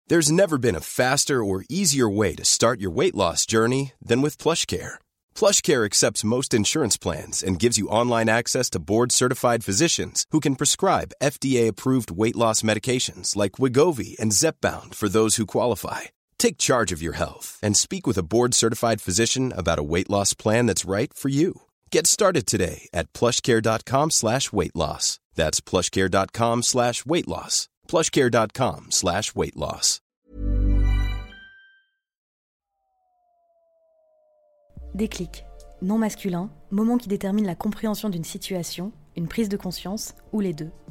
There's never been a faster or easier way to start your weight loss journey than with PlushCare. PlushCare accepts most insurance plans and gives you online access to board-certified physicians who can prescribe FDA-approved weight loss medications like Wegovy and Zepbound for those who qualify. Take charge of your health and speak with a board-certified physician about a weight loss plan that's right for you. Get started today at plushcare.com/weight loss. That's plushcare.com/weight loss. plushcare.com/weight loss. Déclic, nom masculin, moment qui détermine la compréhension d'une situation, une prise de conscience ou les deux.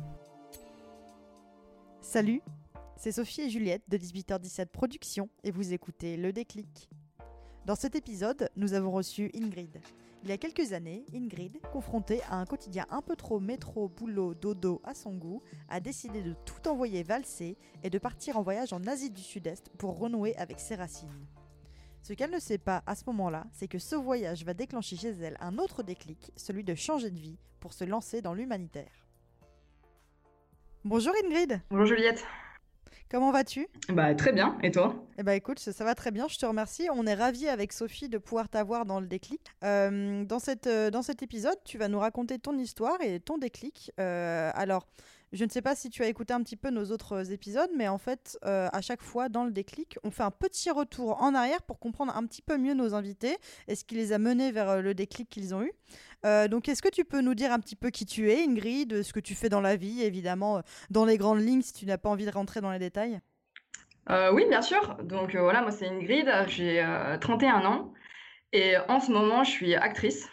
Salut, c'est Sophie et Juliette de 18h17 Productions et vous écoutez Le Déclic. Dans cet épisode, nous avons reçu Ingrid. Il y a quelques années, Ingrid, confrontée à un quotidien un peu trop métro, boulot, dodo à son goût, a décidé de tout envoyer valser et de partir en voyage en Asie du Sud-Est pour renouer avec ses racines. Ce qu'elle ne sait pas à ce moment-là, c'est que ce voyage va déclencher chez elle un autre déclic, celui de changer de vie pour se lancer dans l'humanitaire. Bonjour Ingrid. Bonjour Juliette. Comment vas-tu ? Très bien, et toi ? Écoute, ça va très bien, je te remercie. On est ravis avec Sophie de pouvoir t'avoir dans le déclic. Dans cet épisode, tu vas nous raconter ton histoire et ton déclic. Alors, je ne sais pas si tu as écouté un petit peu nos autres épisodes, mais en fait, à chaque fois dans le déclic, on fait un petit retour en arrière pour comprendre un petit peu mieux nos invités et ce qui les a menés vers le déclic qu'ils ont eu. Donc, est-ce que tu peux nous dire un petit peu qui tu es, Ingrid, ce que tu fais dans la vie, évidemment, dans les grandes lignes, si tu n'as pas envie de rentrer dans les détails ? Oui, bien sûr. Donc voilà, moi c'est Ingrid, j'ai 31 ans et en ce moment je suis actrice.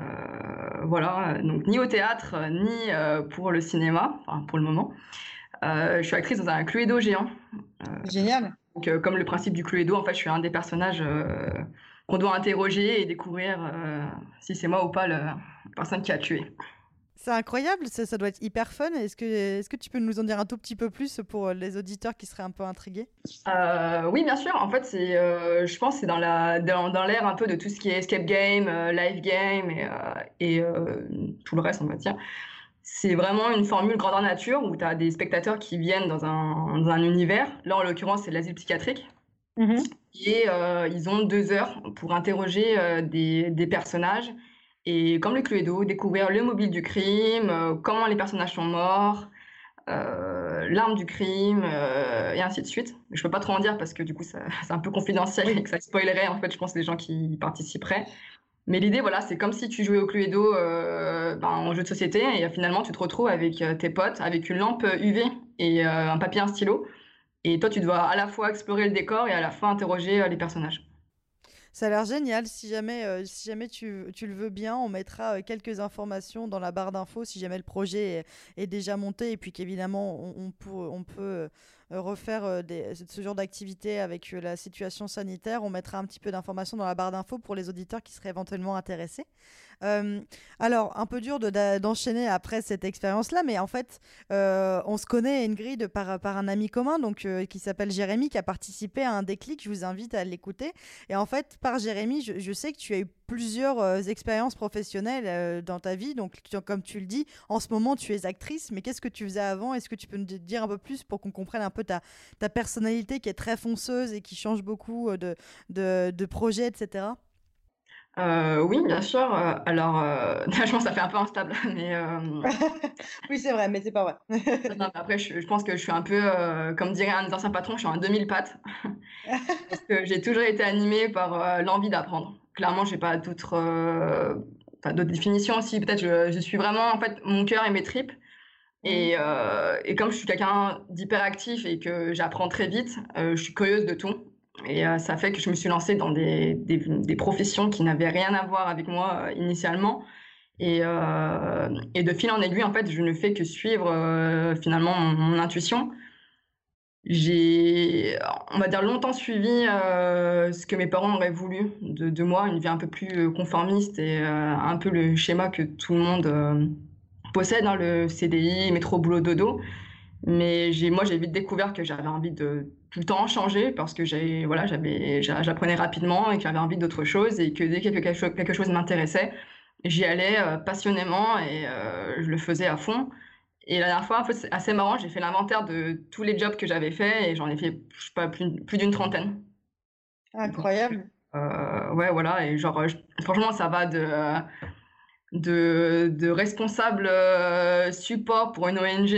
Donc ni au théâtre, ni pour le cinéma, enfin pour le moment. Je suis actrice dans un Cluedo géant. Génial. Donc, comme le principe du Cluedo, en fait, je suis un des personnages qu'on doit interroger et découvrir si c'est moi ou pas la personne qui a tué. C'est incroyable, ça doit être hyper fun. Est-ce que tu peux nous en dire un tout petit peu plus pour les auditeurs qui seraient un peu intrigués ? Oui, bien sûr. En fait, je pense que c'est dans l'air un peu de tout ce qui est escape game, live game et tout le reste, on va dire. C'est vraiment une formule grandeur nature où tu as des spectateurs qui viennent dans un univers. Là, en l'occurrence, c'est l'asile psychiatrique. Et ils ont 2 heures pour interroger des personnages. Et comme le Cluedo, découvrir le mobile du crime, comment les personnages sont morts, l'arme du crime, et ainsi de suite. Je peux pas trop en dire parce que du coup, c'est un peu confidentiel et que ça spoilerait, en fait, je pense, les gens qui y participeraient. Mais l'idée, voilà, c'est comme si tu jouais au Cluedo en jeu de société et finalement, tu te retrouves avec tes potes, avec une lampe UV et un papier, un stylo. Et toi, tu dois à la fois explorer le décor et à la fois interroger les personnages. Ça a l'air génial. Si jamais tu le veux bien, on mettra quelques informations dans la barre d'infos si jamais le projet est déjà monté et puis qu'évidemment on peut refaire ce genre d'activité avec la situation sanitaire. On mettra un petit peu d'informations dans la barre d'infos pour les auditeurs qui seraient éventuellement intéressés. Alors, un peu dur d'enchaîner après cette expérience-là, mais en fait, on se connaît, Ingrid, par un ami commun qui s'appelle Jérémy, qui a participé à un déclic. Je vous invite à l'écouter. Et en fait, par Jérémy, je sais que tu as eu plusieurs expériences professionnelles dans ta vie. Donc, comme tu le dis, en ce moment, tu es actrice, mais qu'est-ce que tu faisais avant ? Est-ce que tu peux nous dire un peu plus pour qu'on comprenne un peu ta personnalité qui est très fonceuse et qui change beaucoup de projets, etc. Oui, bien sûr. Alors, je pense que ça fait un peu instable, mais Oui, c'est vrai, mais c'est pas vrai. non, mais après, je pense que je suis un peu, comme dirait un des anciens patrons, je suis un 2000 pattes. Parce que j'ai toujours été animée par l'envie d'apprendre. Clairement, j'ai pas d'autres définitions aussi. Peut-être je suis vraiment, en fait, mon cœur et mes tripes. Et comme je suis quelqu'un d'hyperactif et que j'apprends très vite, je suis curieuse de tout. Et ça fait que je me suis lancée dans des professions qui n'avaient rien à voir avec moi initialement. Et de fil en aiguille, en fait, je ne fais que suivre finalement mon intuition. J'ai, on va dire, longtemps suivi ce que mes parents auraient voulu de moi, une vie un peu plus conformiste et un peu le schéma que tout le monde possède, hein, le CDI, métro, boulot, dodo. Mais moi, j'ai vite découvert que j'avais envie de tout le temps changer parce que j'apprenais rapidement et que j'avais envie d'autre chose et que dès que quelque chose m'intéressait, j'y allais passionnément et je le faisais à fond. Et la dernière fois, en fait, c'est assez marrant, j'ai fait l'inventaire de tous les jobs que j'avais faits et j'en ai fait, je sais pas, plus d'une trentaine. Donc, Incroyable. ouais, voilà, et genre, franchement, ça va de responsable support pour une ONG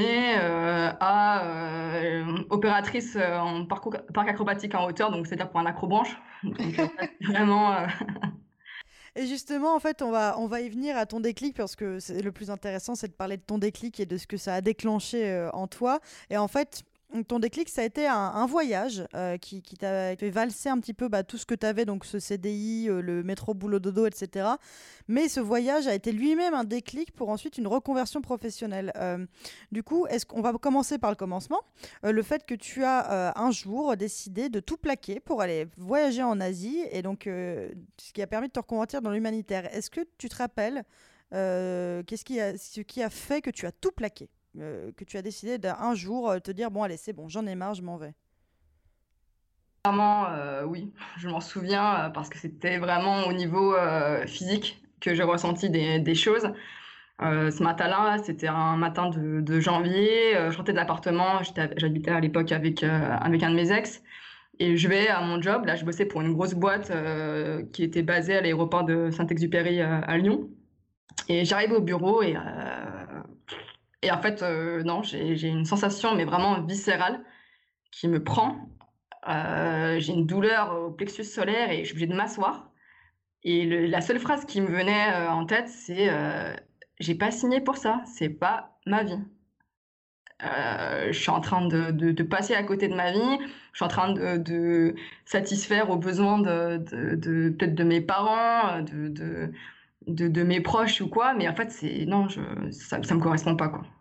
à opératrice en parc acrobatique en hauteur, donc c'est-à-dire pour un acrobranche. Donc, vraiment. Et justement, en fait, on va y venir à ton déclic parce que le plus intéressant, c'est de parler de ton déclic et de ce que ça a déclenché en toi. Et en fait, ton déclic, ça a été un voyage qui t'a fait valser un petit peu tout ce que tu avais, donc ce CDI, le métro boulot dodo, etc. Mais ce voyage a été lui-même un déclic pour ensuite une reconversion professionnelle. Du coup, est-ce qu'on va commencer par le commencement? Le fait que tu as un jour décidé de tout plaquer pour aller voyager en Asie, et donc ce qui a permis de te reconvertir dans l'humanitaire. Est-ce que tu te rappelles ce qui a fait que tu as tout plaqué, que tu as décidé d'un jour te dire bon allez c'est bon, j'en ai marre, je m'en vais? Clairement, oui, je m'en souviens parce que c'était vraiment au niveau physique que j'ai ressenti des choses. Ce matin-là, c'était un matin de janvier. Je sortais de l'appartement. J'habitais à l'époque avec un de mes ex. Et je vais à mon job. Là, je bossais pour une grosse boîte qui était basée à l'aéroport de Saint-Exupéry à Lyon. Et j'arrive au bureau et en fait, non, j'ai une sensation, mais vraiment viscérale, qui me prend. J'ai une douleur au plexus solaire et je suis obligée de m'asseoir. Et la seule phrase qui me venait en tête, c'est j'ai pas signé pour ça, c'est pas ma vie. Je suis en train de passer à côté de ma vie, je suis en train de satisfaire aux besoins peut-être de mes parents, de mes proches ou quoi, mais en fait, non, ça me correspond pas, quoi.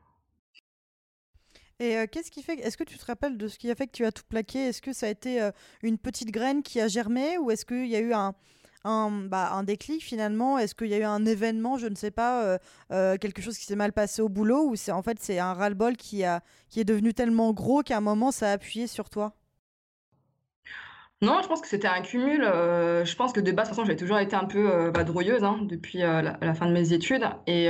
Et qu'est-ce qui fait est-ce que tu te rappelles de ce qui a fait que tu as tout plaqué? Est-ce que ça a été une petite graine qui a germé ou est-ce qu'il y a eu un déclic finalement? Est-ce qu'il y a eu un événement, je ne sais pas, quelque chose qui s'est mal passé au boulot ou c'est un ras-le-bol qui est devenu tellement gros qu'à un moment ça a appuyé sur toi? Non, je pense que c'était un cumul. Je pense que de base, de toute façon, j'ai toujours été un peu vadrouilleuse hein, depuis la fin de mes études.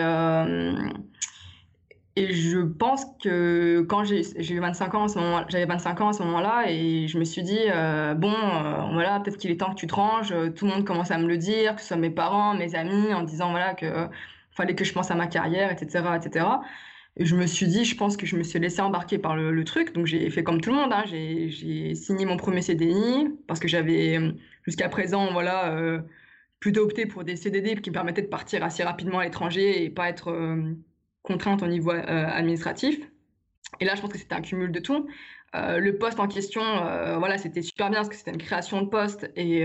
Et je pense que quand j'ai eu 25 ans à ce moment, j'avais 25 ans à ce moment-là, et je me suis dit, bon, voilà, peut-être qu'il est temps que tu te ranges. Tout le monde commence à me le dire, que ce soit mes parents, mes amis, en disant voilà, que fallait que je pense à ma carrière, etc., etc. Et je me suis dit, je pense que je me suis laissée embarquer par le truc. Donc j'ai fait comme tout le monde, hein. J'ai signé mon premier CDI parce que j'avais jusqu'à présent, voilà, plutôt opté pour des CDD qui me permettaient de partir assez rapidement à l'étranger et pas être contrainte au niveau administratif. Et là, je pense que c'était un cumul de tout. Le poste en question, voilà, c'était super bien parce que c'était une création de poste et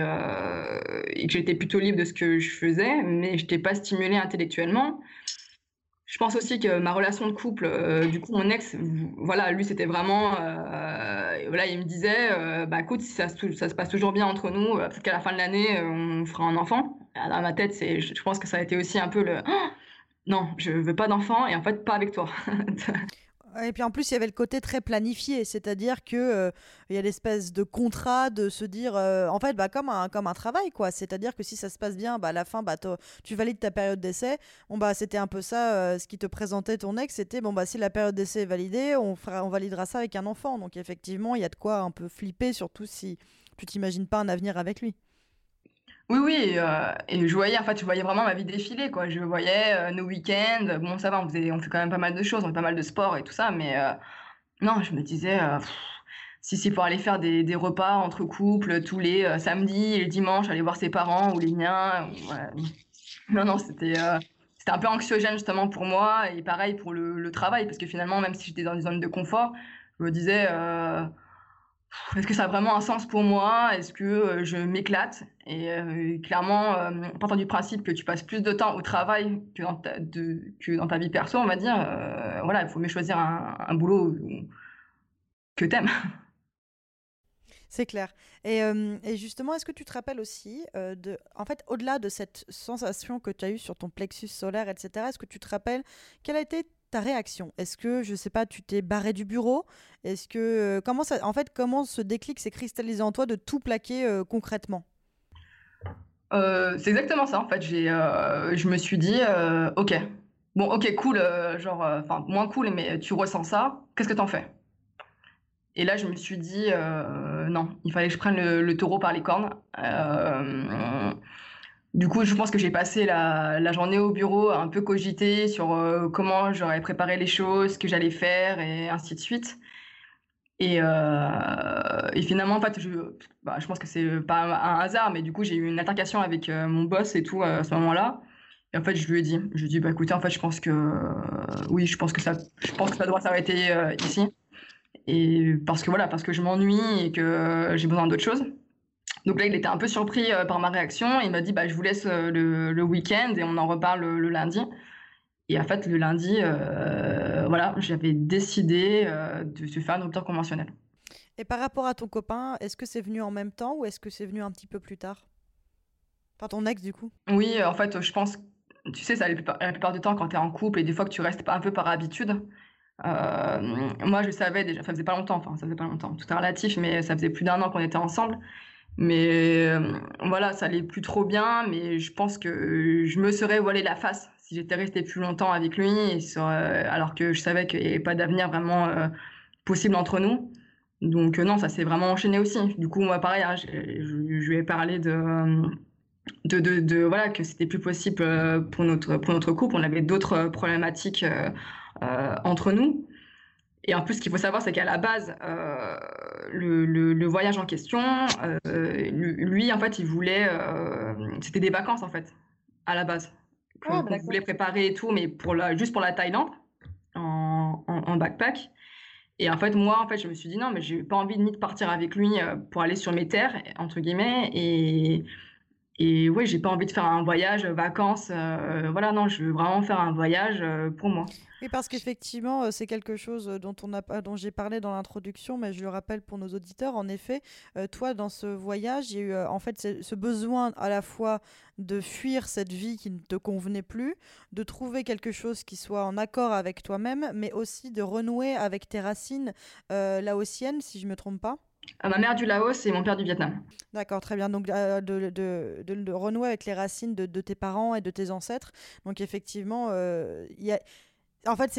que j'étais plutôt libre de ce que je faisais, mais je n'étais pas stimulée intellectuellement. Je pense aussi que ma relation de couple, du coup, mon ex, voilà, lui, c'était vraiment, voilà, il me disait, bah écoute, si ça se passe toujours bien entre nous, peut-être qu'à la fin de l'année, on fera un enfant. Dans ma tête, je pense que ça a été aussi un peu le, oh, non, je veux pas d'enfant et en fait, pas avec toi. Et puis en plus, il y avait le côté très planifié, c'est-à-dire que il y a l'espèce de contrat de se dire, en fait, comme un travail, quoi. C'est-à-dire que si ça se passe bien, à la fin, tu valides ta période d'essai. Bon, c'était un peu ça, ce qui te présentait ton ex, c'était, bon, si la période d'essai est validée, on validera ça avec un enfant. Donc effectivement, il y a de quoi un peu flipper, surtout si tu t'imagines pas un avenir avec lui. Oui, oui, et je voyais, en fait, je voyais vraiment ma vie défiler, quoi. Je voyais nos week-ends. Bon, ça va, on fait quand même pas mal de choses, on fait pas mal de sport et tout ça, mais non, je me disais, si c'est pour aller faire des repas entre couples tous les samedis et les dimanches, aller voir ses parents ou les miens, ouais. Non, non, c'était un peu anxiogène justement pour moi et pareil pour le travail, parce que finalement, même si j'étais dans une zone de confort, je me disais, est-ce que ça a vraiment un sens pour moi? Est-ce que je m'éclate? Et clairement, en partant du principe que tu passes plus de temps au travail que dans ta vie perso, on va dire, voilà, il faut mieux choisir un boulot que t'aimes. C'est clair. Et justement, est-ce que tu te rappelles aussi en fait, au-delà de cette sensation que tu as eue sur ton plexus solaire, etc., est-ce que tu te rappelles quelle a été ta réaction? Est-ce que, je sais pas, tu t'es barré du bureau? Est-ce que, comment ce déclic s'est cristallisé en toi de tout plaquer concrètement? C'est exactement ça, en fait. Je me suis dit, ok, bon, ok, cool, genre, enfin, moins cool, mais tu ressens ça, qu'est-ce que t'en fais? Et là, je me suis dit, non, il fallait que je prenne le taureau par les cornes. Du coup, je pense que j'ai passé la journée au bureau à un peu cogiter sur comment j'aurais préparé les choses, ce que j'allais faire, et ainsi de suite. Et finalement, en fait, je pense que c'est pas un hasard, mais du coup, j'ai eu une altercation avec mon boss et tout à ce moment-là. Et en fait, je lui ai dit, bah écoutez, en fait, je pense que oui, je pense que ça doit s'arrêter ici. Et parce que voilà, parce que je m'ennuie et que j'ai besoin d'autre chose. Donc là, il était un peu surpris par ma réaction. Il m'a dit, bah je vous laisse le week-end et on en reparle le lundi. Et en fait, le lundi, voilà, j'avais décidé de se faire une rupture conventionnelle. Et par rapport à ton copain, est-ce que c'est venu en même temps ou est-ce que c'est venu un petit peu plus tard? Enfin, ton ex, du coup. Oui, en fait, je pense, tu sais, ça la plupart du temps quand tu es en couple et des fois que tu restes un peu par habitude. Moi, je savais déjà, ça faisait pas longtemps, enfin, ça faisait pas longtemps, tout est relatif, mais ça faisait plus d'un an qu'on était ensemble. Mais voilà, ça allait plus trop bien, mais je pense que je me serais voilé la face si j'étais restée plus longtemps avec lui, alors que je savais qu'il n'y avait pas d'avenir vraiment possible entre nous. Donc non, ça s'est vraiment enchaîné aussi. Du coup, moi, pareil, hein, je lui ai parlé voilà, que c'était plus possible pour notre couple. On avait d'autres problématiques entre nous. Et en plus, ce qu'il faut savoir, c'est qu'à la base, le voyage en question, lui, en fait, il voulait, c'était des vacances, en fait, à la base, Ah, qu'on d'accord. voulait préparer et tout, mais juste pour la Thaïlande, en backpack. Et en fait, moi, en fait, je me suis dit non, mais j'ai pas envie ni de partir avec lui pour aller sur mes terres, entre guillemets, et ouais, j'ai pas envie de faire un voyage vacances. Voilà, non, je veux vraiment faire un voyage pour moi. Oui, parce qu'effectivement, c'est quelque chose dont j'ai parlé dans l'introduction, mais je le rappelle pour nos auditeurs. En effet, toi, dans ce voyage, il y a eu en fait ce besoin à la fois de fuir cette vie qui ne te convenait plus, de trouver quelque chose qui soit en accord avec toi-même, mais aussi de renouer avec tes racines laotiennes, si je ne me trompe pas. Ma mère du Laos et mon père du Vietnam. D'accord, très bien. Donc, de renouer avec les racines de tes parents et de tes ancêtres. Donc, effectivement, en fait,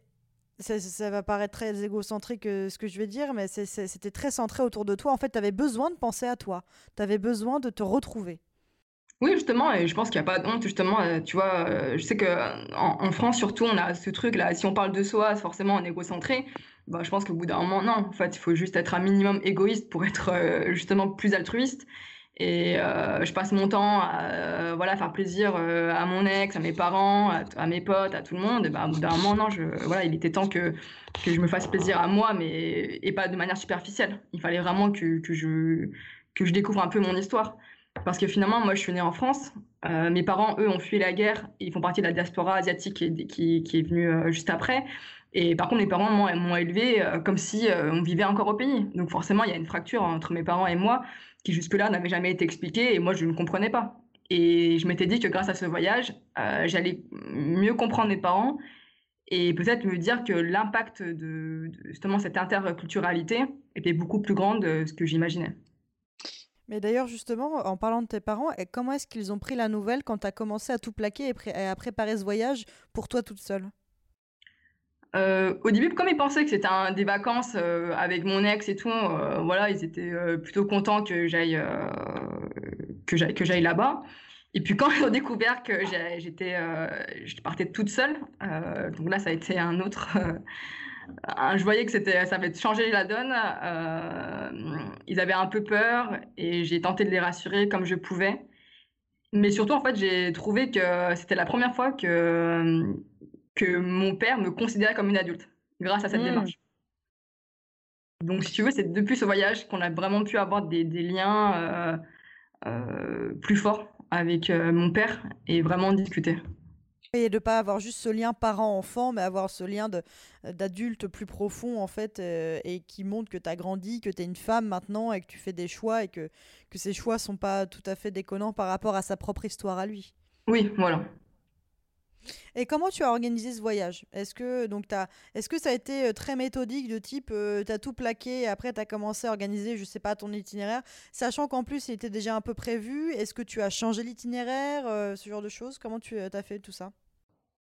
ça va paraître très égocentrique ce que je vais dire, mais c'était très centré autour de toi. En fait, tu avais besoin de penser à toi. Tu avais besoin de te retrouver. Oui, justement, et je pense qu'il n'y a pas de honte, justement, tu vois, je sais que en France, surtout, on a ce truc-là, si on parle de soi, forcément, on est égocentré. Bah, je pense qu'au bout d'un moment, non, en fait, il faut juste être un minimum égoïste pour être justement plus altruiste. Et je passe mon temps à voilà, faire plaisir à mon ex, à mes parents, à mes potes, à tout le monde. Et bah, au bout d'un moment, non, voilà, il était temps que je me fasse plaisir à moi, mais et pas de manière superficielle. Il fallait vraiment que je découvre un peu mon histoire. Parce que finalement, moi, je suis née en France. Mes parents, eux, ont fui la guerre. Ils font partie de la diaspora asiatique qui est venue juste après. Et par contre, mes parents m'ont élevée comme si on vivait encore au pays. Donc forcément, il y a une fracture entre mes parents et moi qui jusque-là n'avait jamais été expliquée et moi, je ne comprenais pas. Et je m'étais dit que grâce à ce voyage, j'allais mieux comprendre mes parents et peut-être me dire que l'impact de justement cette interculturalité était beaucoup plus grande de ce que j'imaginais. Mais d'ailleurs, justement, en parlant de tes parents, comment est-ce qu'ils ont pris la nouvelle quand tu as commencé à tout plaquer et à préparer ce voyage pour toi toute seule? Au début, comme ils pensaient que c'était des vacances avec mon ex et tout, voilà, ils étaient plutôt contents que j'aille là-bas. Et puis quand ils ont découvert que je partais toute seule, donc là ça a été un autre, je voyais que ça avait changé la donne. Ils avaient un peu peur et j'ai tenté de les rassurer comme je pouvais. Mais surtout, en fait, j'ai trouvé que c'était la première fois que mon père me considérait comme une adulte grâce à cette Hmm. démarche. Donc, si tu veux, c'est depuis ce voyage qu'on a vraiment pu avoir des liens plus forts avec mon père et vraiment discuter. Et de pas avoir juste ce lien parent-enfant, mais avoir ce lien d'adulte plus profond, en fait, et qui montre que tu as grandi, que tu es une femme maintenant et que tu fais des choix et que ces choix sont pas tout à fait déconnants par rapport à sa propre histoire à lui. Oui, voilà. Et comment tu as organisé ce voyage? Est-ce que ça a été très méthodique de type tu as tout plaqué et après tu as commencé à organiser, je sais pas, ton itinéraire, sachant qu'en plus il était déjà un peu prévu? Est-ce que tu as changé l'itinéraire, ce genre de choses? Comment tu as fait tout ça?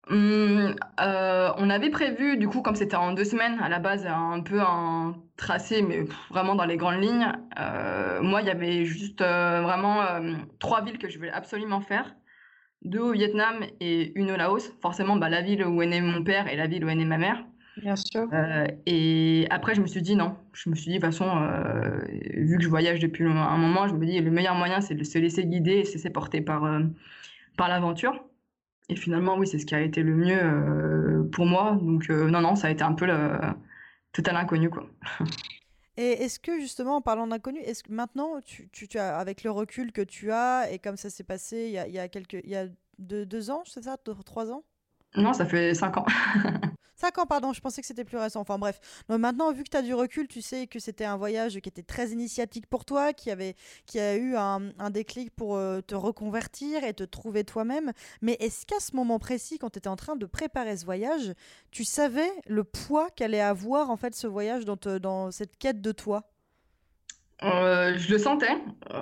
On avait prévu, du coup, comme c'était en 2 semaines, à la base, un peu un tracé, mais vraiment dans les grandes lignes. Moi, il y avait juste vraiment 3 villes que je voulais absolument faire. 2 au Vietnam et 1 au Laos. Forcément, bah, la ville où est né mon père et la ville où est née ma mère. Bien sûr. Et après, je me suis dit non. Je me suis dit, de toute façon, vu que je voyage depuis un moment, je me dis, le meilleur moyen, c'est de se laisser guider et se laisser porter par l'aventure. Et finalement, oui, c'est ce qui a été le mieux pour moi. Donc, non, ça a été un peu le total inconnu, quoi. Et est-ce que justement, en parlant d'inconnu, est-ce que maintenant, tu as, avec le recul que tu as, et comme ça s'est passé il y a 2 ans, c'est ça, 3 ans? Non, ça fait 5 ans. 5 ans, pardon, je pensais que c'était plus récent. Enfin bref. Donc maintenant, vu que tu as du recul, tu sais que c'était un voyage qui était très initiatique pour toi, qui a eu un déclic pour te reconvertir et te trouver toi-même. Mais est-ce qu'à ce moment précis, quand tu étais en train de préparer ce voyage, tu savais le poids qu'allait avoir en fait ce voyage dans cette quête de toi? Je le sentais,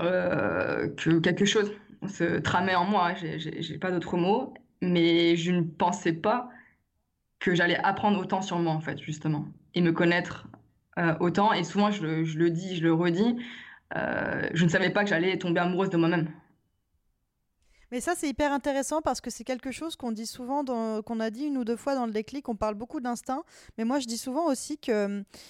que quelque chose se tramait en moi. J'ai pas d'autres mots. Mais je ne pensais pas que j'allais apprendre autant sur moi, en fait, justement, et me connaître autant. Et souvent, je le dis, je le redis, je ne savais pas que j'allais tomber amoureuse de moi-même. Mais ça, c'est hyper intéressant parce que c'est quelque chose qu'on dit souvent, qu'on a dit 1 ou 2 fois dans le déclic. On parle beaucoup d'instinct, mais moi, je dis souvent aussi que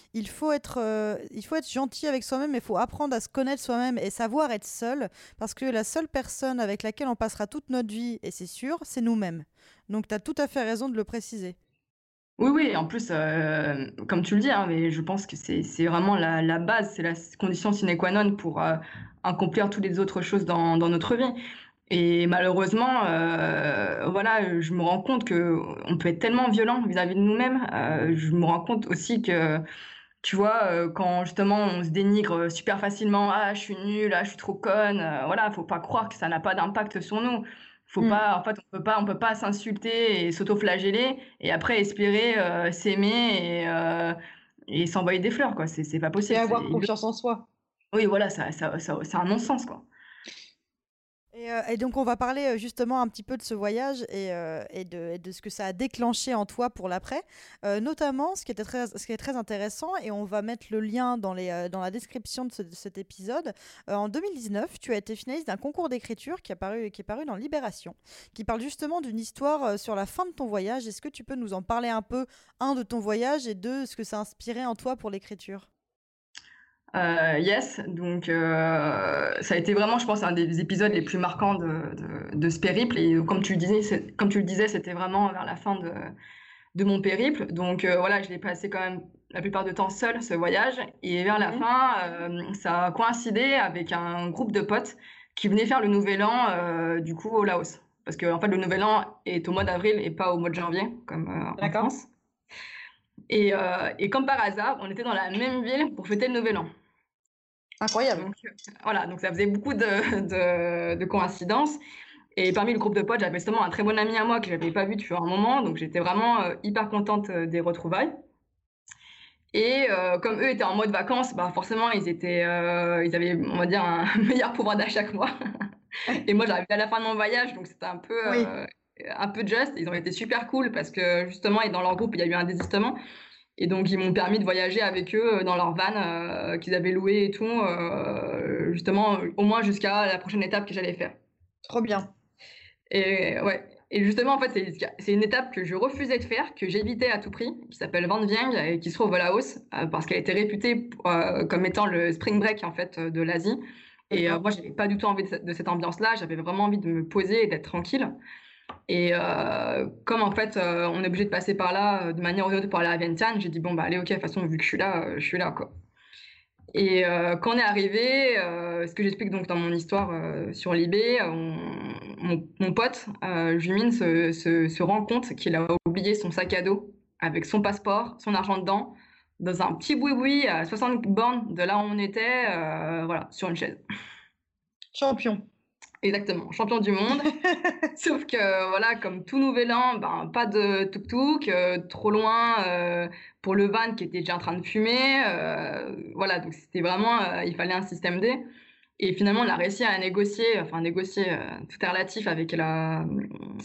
il faut être gentil avec soi-même, mais il faut apprendre à se connaître soi-même et savoir être seul, parce que la seule personne avec laquelle on passera toute notre vie, et c'est sûr, c'est nous-mêmes. Donc, tu as tout à fait raison de le préciser. Oui, oui, en plus, comme tu le dis, hein, mais je pense que c'est vraiment la base, c'est la condition sine qua non pour accomplir toutes les autres choses dans notre vie. Et malheureusement, voilà, je me rends compte que on peut être tellement violent vis-à-vis de nous-mêmes. Je me rends compte aussi que, tu vois, quand justement on se dénigre super facilement, ah, je suis nulle, ah, je suis trop conne, voilà, faut pas croire que ça n'a pas d'impact sur nous. Faut Mm. pas, en fait, on peut pas s'insulter et s'auto-flageller et après espérer s'aimer et s'envoyer des fleurs, quoi. C'est pas Et possible. avoir confiance en soi. Oui, voilà, c'est un non-sens, quoi. Et donc, on va parler justement un petit peu de ce voyage et de ce que ça a déclenché en toi pour l'après. Notamment, ce qui est très intéressant, et on va mettre le lien dans la description de cet épisode. En 2019, tu as été finaliste d'un concours d'écriture qui est paru dans Libération, qui parle justement d'une histoire sur la fin de ton voyage. Est-ce que tu peux nous en parler un peu, de ton voyage et ce que ça a inspiré en toi pour l'écriture? Yes, donc ça a été vraiment, je pense, un des épisodes les plus marquants de ce périple. Et comme tu le disais, c'était vraiment vers la fin de mon périple. Donc voilà, je l'ai passé quand même la plupart du temps seul, ce voyage. Et vers la fin, ça a coïncidé avec un groupe de potes qui venaient faire le Nouvel An, du coup, au Laos. Parce que en fait, le Nouvel An est au mois d'avril et pas au mois de janvier, comme en D'accord. France. Et comme par hasard, on était dans la même ville pour fêter le Nouvel An. Incroyable. Donc, voilà, donc ça faisait beaucoup de coïncidences. Et parmi le groupe de potes, j'avais justement un très bon ami à moi que je n'avais pas vu depuis un moment. Donc j'étais vraiment hyper contente des retrouvailles. Et comme eux étaient en mode vacances, bah forcément, ils avaient, on va dire, un meilleur pouvoir d'achat que moi. Et moi, j'arrivais à la fin de mon voyage, donc c'était Oui. un peu juste. Ils ont été super cool parce que justement, et dans leur groupe, il y a eu un désistement. Et donc, ils m'ont permis de voyager avec eux dans leur van qu'ils avaient loué et tout, justement, au moins jusqu'à la prochaine étape que j'allais faire. Trop bien. Et ouais. Et justement, en fait, c'est une étape que je refusais de faire, que j'évitais à tout prix, qui s'appelle Van Vieng et qui se trouve au Laos, parce qu'elle était réputée comme étant le spring break en fait de l'Asie. Et moi, j'avais pas du tout envie de cette ambiance-là. J'avais vraiment envie de me poser et d'être tranquille. Et comme en fait, on est obligé de passer par là de manière ou d'une autre pour aller à Vientiane, j'ai dit bon bah allez, ok, de toute façon vu que je suis là quoi. Et quand on est arrivé, ce que j'explique donc dans mon histoire sur Libé, mon pote Jumin se rend compte qu'il a oublié son sac à dos avec son passeport, son argent dedans, dans un petit boui-boui à 60 bornes de là où on était, voilà, sur une chaise. Champion. Exactement, champion du monde. Sauf que, voilà, comme tout nouvel an, ben, pas de tuk-tuk, trop loin pour le van qui était déjà en train de fumer. Voilà, donc c'était vraiment, il fallait un système D. Et finalement, on a réussi à négocier, tout est relatif avec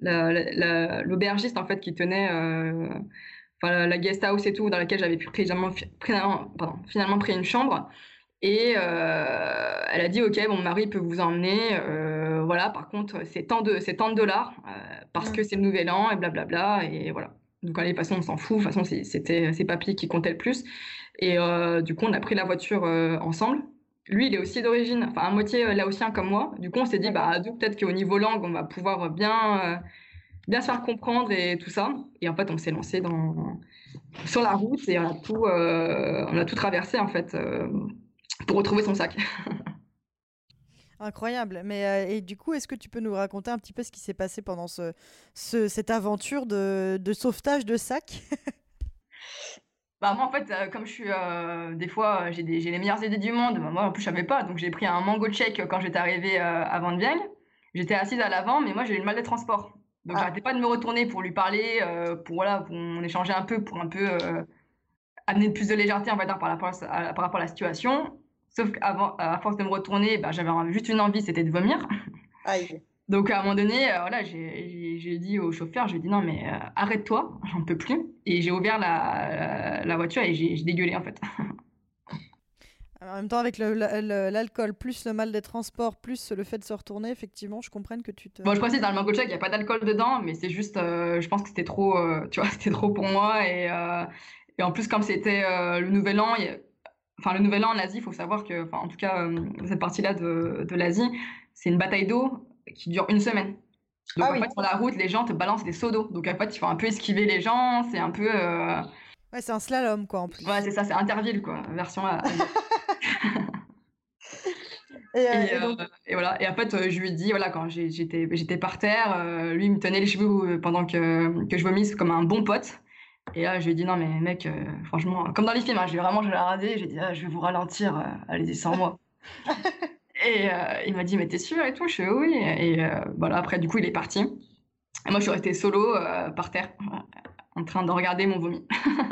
l'aubergiste en fait qui tenait enfin, la guest house et tout, dans laquelle j'avais finalement pris une chambre. Et elle a dit, OK, mon mari peut vous emmener. Voilà, par contre, c'est tant de dollars parce que c'est le nouvel an et blablabla. Et voilà. Donc, allez, de toute façon, on s'en fout. De toute façon, c'était ses papiers qui comptaient le plus. Et du coup, on a pris la voiture ensemble. Lui, il est aussi d'origine, enfin, à moitié laotien comme moi. Du coup, on s'est dit, bah, peut-être qu'au niveau langue, on va pouvoir bien se faire comprendre et tout ça. Et en fait, on s'est lancé sur la route et on a tout traversé, en fait, pour retrouver son sac. Incroyable. Mais et du coup, est-ce que tu peux nous raconter un petit peu ce qui s'est passé pendant cette aventure de sauvetage de sac? Bah, moi, en fait, comme je suis, des fois, j'ai les meilleures idées du monde. Bah, moi, en plus, je savais pas. Donc, j'ai pris un mango check quand j'étais arrivée à Van Vielle. J'étais assise à l'avant, mais moi, j'ai eu le mal des transports. Donc, j'arrêtais pas de me retourner pour lui parler, pour on échanger un peu, pour un peu amener plus de légèreté, on va dire, par rapport à la situation. Sauf qu'avant, à force de me retourner, bah, j'avais juste une envie, c'était de vomir. Aïe. Donc, à un moment donné, voilà, j'ai dit au chauffeur, je lui ai dit non, mais arrête-toi, j'en peux plus. Et j'ai ouvert la voiture et j'ai dégueulé, en fait. En même temps, avec l'alcool, plus le mal des transports, plus le fait de se retourner, effectivement, je comprends que tu te... Bon, je précise, dans le mango check, il n'y a pas d'alcool dedans, mais c'est juste, je pense que c'était trop, tu vois, c'était trop pour moi. Et en plus, comme c'était le Nouvel An, enfin, le Nouvel An en Asie, il faut savoir que, enfin, en tout cas, cette partie-là de l'Asie, c'est une bataille d'eau qui dure une semaine. Donc, en fait, sur la route, les gens te balancent des seaux d'eau. Donc, en fait, il faut un peu esquiver les gens. C'est un peu... Ouais, c'est un slalom, quoi, en plus. Ouais, c'est ça, c'est Interville, quoi, version... Et voilà. Et en fait, je lui ai dit, voilà, quand j'étais par terre, lui, il me tenait les cheveux pendant que je vomisse comme un bon pote. Et là, je lui ai dit, non, mais mec, franchement, comme dans les films, hein, je l'ai rasé. J'ai dit, je vais vous ralentir, allez-y, sans moi. Et il m'a dit, mais t'es sûr et tout? Je fais oui. Et voilà, après, du coup, il est parti. Et moi, je suis restée solo par terre, en train de regarder mon vomi.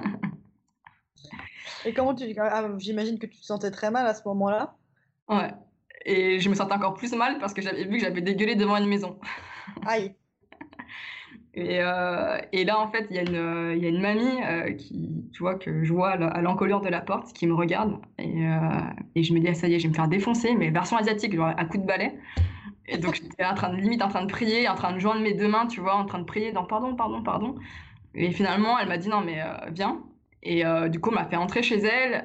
Et j'imagine que tu te sentais très mal à ce moment-là. Ouais. Et je me sentais encore plus mal parce que j'avais vu que j'avais dégueulé devant une maison. Aïe. Et là, en fait, il y a une mamie qui, tu vois, que je vois à l'encolure de la porte, qui me regarde. Et je me dis, ah, ça y est, je vais me faire défoncer, mais version asiatique, genre à coups de balai. Et donc, j'étais limite en train de prier, en train de joindre mes deux mains, tu vois, en train de prier, dans pardon, pardon, pardon. Et finalement, elle m'a dit, non, mais viens. Et du coup, elle m'a fait entrer chez elle.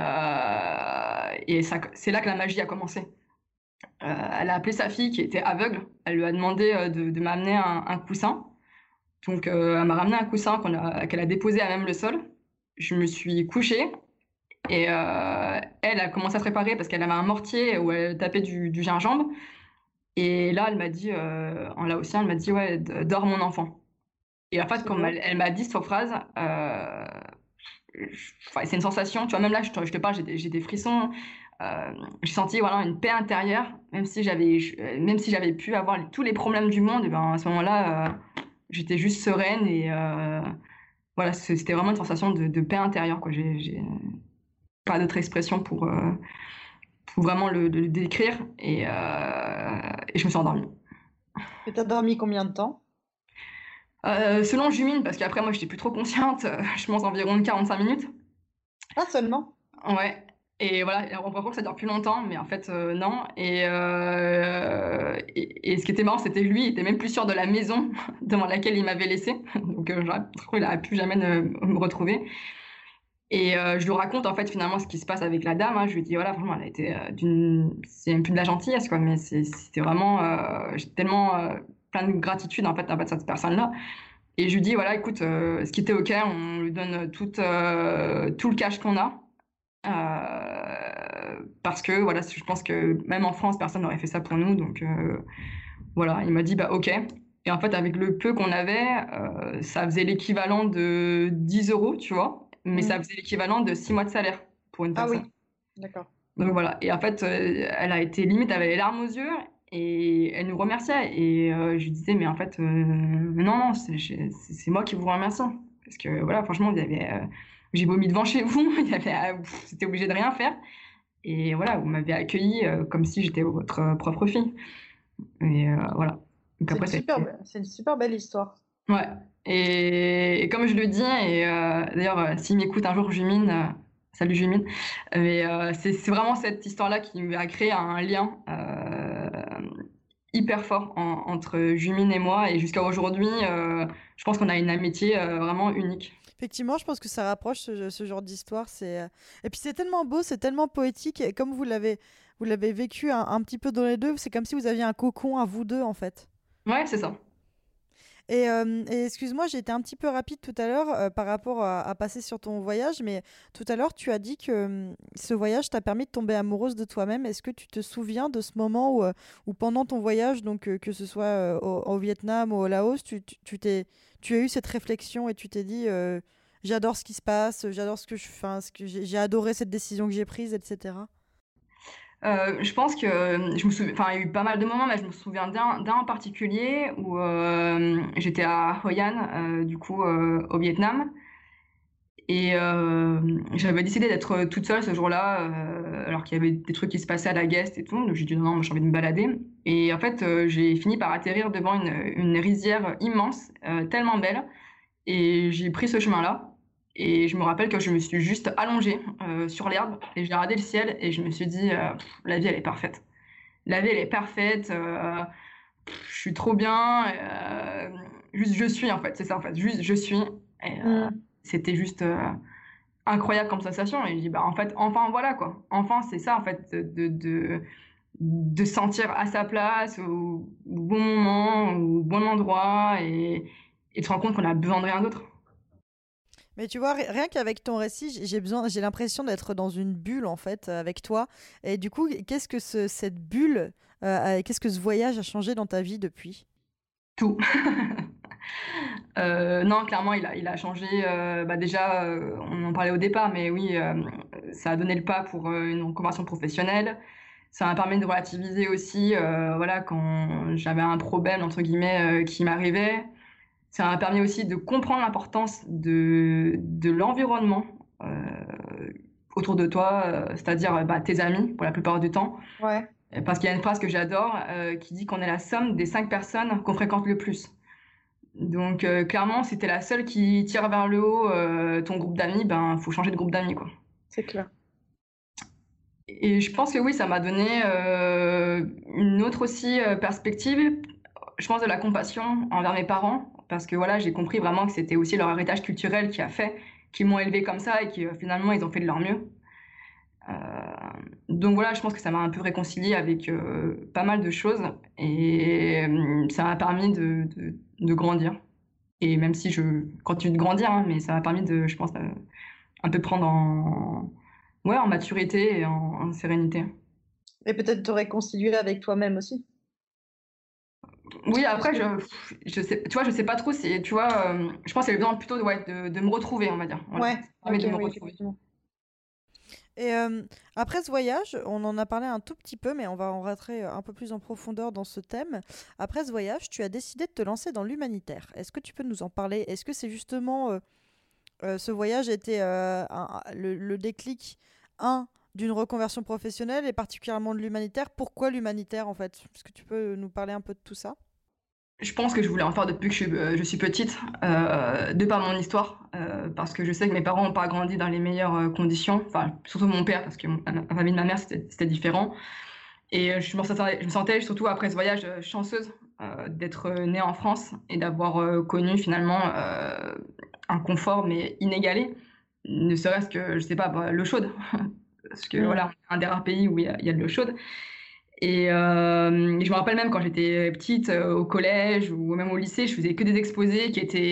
Et c'est là que la magie a commencé. Elle a appelé sa fille qui était aveugle. Elle lui a demandé de m'amener un coussin. Donc, elle m'a ramené un coussin qu'elle a déposé à même le sol. Je me suis couchée et elle a commencé à se préparer parce qu'elle avait un mortier où elle tapait du gingembre. Et là, elle m'a dit, en laotien, elle m'a dit, ouais, dors mon enfant. Et en fait, quand elle m'a dit cette phrase, c'est une sensation, tu vois, même là, je te parle, j'ai des frissons. J'ai senti voilà, une paix intérieure, même si j'avais pu avoir tous les problèmes du monde, et ben, à ce moment-là, j'étais juste sereine et voilà, c'était vraiment une sensation de paix intérieure, quoi. J'ai pas d'autre expression pour vraiment le décrire et je me suis endormie. Et t'as dormi combien de temps? Selon Jumine, parce qu'après moi j'étais plus trop consciente, je pense environ 45 minutes. Ah, seulement? Ouais. Et voilà, on croit que ça dure plus longtemps, mais en fait, non. Et ce qui était marrant, c'était lui, il était même plus sûr de la maison devant laquelle il m'avait laissé. Donc, il n'aurait plus jamais me retrouver. Et je lui raconte, en fait, finalement, ce qui se passe avec la dame. Hein. Je lui dis, voilà, vraiment, elle a été c'est même plus de la gentillesse, quoi, mais c'était vraiment... j'ai tellement plein de gratitude, en fait, envers cette personne-là. Et je lui dis, voilà, écoute, ce qui était OK, on lui donne tout le cash qu'on a. Parce que voilà, je pense que même en France, personne n'aurait fait ça pour nous. Donc voilà, il m'a dit bah OK. Et en fait, avec le peu qu'on avait, ça faisait l'équivalent de 10 euros, tu vois, mais ça faisait l'équivalent de 6 mois de salaire pour une personne. Ah oui, d'accord. Donc voilà. Et en fait, elle a été limite, elle avait les larmes aux yeux et elle nous remerciait. Et je lui disais, mais en fait, non, c'est moi qui vous remercie. Parce que voilà, franchement, il y avait. J'ai vomi devant chez vous, c'était obligé de rien faire. Et voilà, vous m'avez accueilli comme si j'étais votre propre fille. Et voilà. Donc après, C'est une super belle histoire. Ouais. Et comme je le dis, et d'ailleurs, s'il m'écoute un jour, Jumine, salut Jumine, mais c'est vraiment cette histoire-là qui a créé un lien hyper fort entre Jumine et moi. Et jusqu'à aujourd'hui, je pense qu'on a une amitié vraiment unique. Effectivement, je pense que ça rapproche ce genre d'histoire. Et puis c'est tellement beau, c'est tellement poétique. Et comme vous l'avez vécu un petit peu dans les deux, c'est comme si vous aviez un cocon à vous deux, en fait. Ouais, c'est ça. Et excuse-moi, j'ai été un petit peu rapide tout à l'heure par rapport à passer sur ton voyage, mais tout à l'heure, tu as dit que ce voyage t'a permis de tomber amoureuse de toi-même. Est-ce que tu te souviens de ce moment où pendant ton voyage, donc que ce soit au Vietnam ou au Laos, tu as eu cette réflexion et tu t'es dit j'adore ce qui se passe, j'adore ce que je fais, j'ai adoré cette décision que j'ai prise, etc. Je pense que je me souviens, enfin, il y a eu pas mal de moments, mais je me souviens d'un en particulier où j'étais à Hoi An, du coup, au Vietnam. Et j'avais décidé d'être toute seule ce jour-là, alors qu'il y avait des trucs qui se passaient à la guest et tout. Donc j'ai dit non, moi j'ai envie de me balader. Et en fait, j'ai fini par atterrir devant une rizière immense, tellement belle. Et j'ai pris ce chemin-là. Et je me rappelle que je me suis juste allongée sur l'herbe et j'ai regardé le ciel et je me suis dit, la vie, elle est parfaite. La vie, elle est parfaite. Je suis trop bien. Juste, je suis, en fait. C'est ça, en fait. Juste, je suis. Et c'était juste incroyable comme sensation. Et je dis, bah, en fait, enfin, voilà, quoi. Enfin, c'est ça, en fait, de sentir à sa place, au bon moment, au bon endroit et de se rendre compte qu'on a besoin de rien d'autre. Mais tu vois, rien qu'avec ton récit, j'ai l'impression d'être dans une bulle en fait avec toi. Et du coup, qu'est-ce que cette bulle, qu'est-ce que ce voyage a changé dans ta vie depuis? Tout. Non, clairement, il a changé. Bah déjà, on en parlait au départ, mais oui, ça a donné le pas pour une reconversion professionnelle. Ça m'a permis de relativiser aussi, voilà, quand j'avais un problème entre guillemets qui m'arrivait. Ça m'a permis aussi de comprendre l'importance de l'environnement autour de toi, c'est-à-dire bah, tes amis pour la plupart du temps. Ouais. Parce qu'il y a une phrase que j'adore qui dit qu'on est la somme des 5 personnes qu'on fréquente le plus. Donc clairement, si t'es la seule qui tire vers le haut ton groupe d'amis, ben faut changer de groupe d'amis, quoi. C'est clair. Et je pense que oui, ça m'a donné une autre aussi perspective, je pense de la compassion envers mes parents, parce que voilà, j'ai compris vraiment que c'était aussi leur héritage culturel qui a fait qu'ils m'ont élevé comme ça et que finalement ils ont fait de leur mieux. Euh, donc voilà, je pense que ça m'a un peu réconciliée avec pas mal de choses et ça m'a permis de grandir. Et même si je continue de grandir, hein, mais ça m'a permis de, je pense, un peu prendre ouais, en maturité et en sérénité. Et peut-être te réconcilier avec toi-même aussi. Oui, après, je sais, tu vois, je sais pas trop, tu vois, je pense qu'il y avait besoin plutôt ouais, de me retrouver, on va dire. Voilà. Ouais, Ça permet de ok, me oui, retrouver. effectivement. Et après ce voyage, on en a parlé un tout petit peu, mais on va en rentrer un peu plus en profondeur dans ce thème. Après ce voyage, tu as décidé de te lancer dans l'humanitaire. Est-ce que tu peux nous en parler? Est-ce que c'est justement ce voyage était le déclic, d'une reconversion professionnelle et particulièrement de l'humanitaire? Pourquoi l'humanitaire en fait? Est-ce que tu peux nous parler un peu de tout ça? Je pense que je voulais en faire depuis que je suis petite, de par mon histoire, parce que je sais que mes parents n'ont pas grandi dans les meilleures conditions, enfin, surtout mon père, parce que la famille de ma mère, c'était différent. Et je me sentais, surtout après ce voyage, chanceuse d'être née en France et d'avoir connu finalement un confort, mais inégalé, ne serait-ce que, je sais pas, bah, l'eau chaude, parce que voilà, on est un des rares pays où il y a de l'eau chaude. Et je me rappelle même quand j'étais petite, au collège ou même au lycée, je faisais que des exposés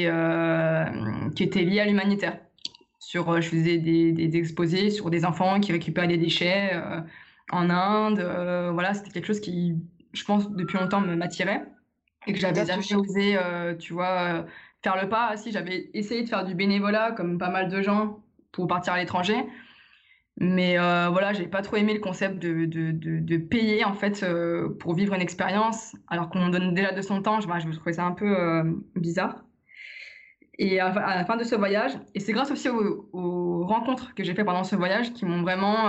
qui étaient liés à l'humanitaire. Je faisais des exposés sur des enfants qui récupèrent des déchets en Inde. Voilà, c'était quelque chose qui, je pense, depuis longtemps m'attirait et que j'avais jamais osé, tu vois, faire le pas. Si j'avais essayé de faire du bénévolat comme pas mal de gens pour partir à l'étranger. Mais voilà, j'ai pas trop aimé le concept de payer en fait pour vivre une expérience, alors qu'on donne déjà de son temps. Je trouvais ça un peu bizarre. Et à la fin de ce voyage, et c'est grâce aussi aux rencontres que j'ai fait pendant ce voyage qui m'ont vraiment,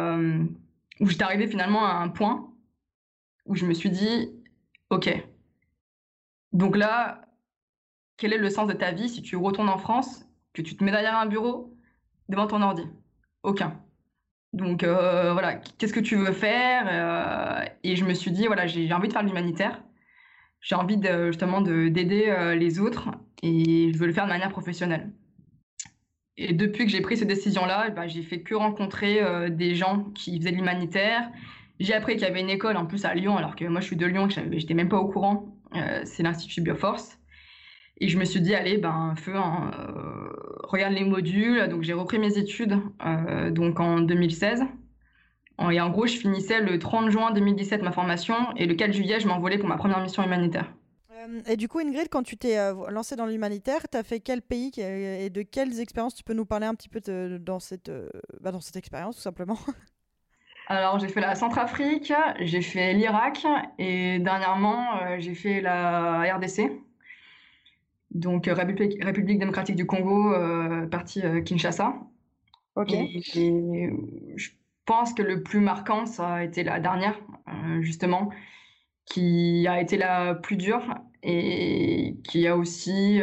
où j'étais arrivée finalement à un point où je me suis dit, ok, Donc là, quel est le sens de ta vie si tu retournes en France, que tu te mets derrière un bureau, devant ton ordi? Aucun. Donc voilà, qu'est-ce que tu veux faire? Et je me suis dit, voilà, j'ai envie de faire de l'humanitaire. J'ai envie justement d'aider les autres et je veux le faire de manière professionnelle. Et depuis que j'ai pris cette décision-là, j'ai fait que rencontrer des gens qui faisaient de l'humanitaire. J'ai appris qu'il y avait une école en plus à Lyon, alors que moi je suis de Lyon, j'étais même pas au courant. C'est l'Institut Bioforce. Et je me suis dit, allez, regarde les modules. Donc j'ai repris mes études donc en 2016. Et en gros, je finissais le 30 juin 2017 ma formation et le 4 juillet, je m'envolais pour ma première mission humanitaire. Et du coup, Ingrid, quand tu t'es lancée dans l'humanitaire, tu as fait quel pays et de quelles expériences tu peux nous parler un petit peu dans cette expérience, tout simplement? Alors, j'ai fait la Centrafrique, j'ai fait l'Irak et dernièrement, j'ai fait la RDC, donc République démocratique du Congo, partie Kinshasa. Ok. Et je pense que le plus marquant, ça a été la dernière, justement, qui a été la plus dure et qui a aussi,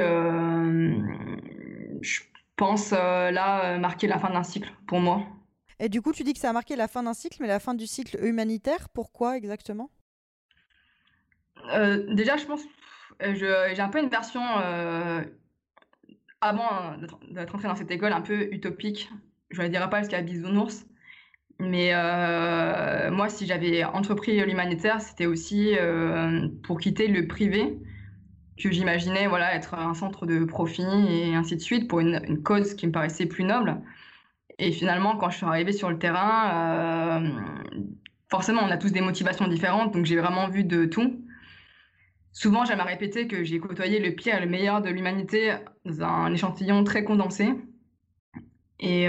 je pense, marqué la fin d'un cycle pour moi. Et du coup, tu dis que ça a marqué la fin d'un cycle, mais la fin du cycle humanitaire, pourquoi exactement? Déjà, je pense, j'ai un peu une version, avant d'être entrée dans cette école, un peu utopique. Je ne la dirais pas parce qu'il y a bisounours. Mais moi, si j'avais entrepris l'humanitaire, c'était aussi pour quitter le privé, que j'imaginais voilà, être un centre de profit et ainsi de suite, pour une cause qui me paraissait plus noble. Et finalement, quand je suis arrivée sur le terrain, forcément, on a tous des motivations différentes, donc j'ai vraiment vu de tout. Souvent, j'aime à répéter que j'ai côtoyé le pire et le meilleur de l'humanité dans un échantillon très condensé. Et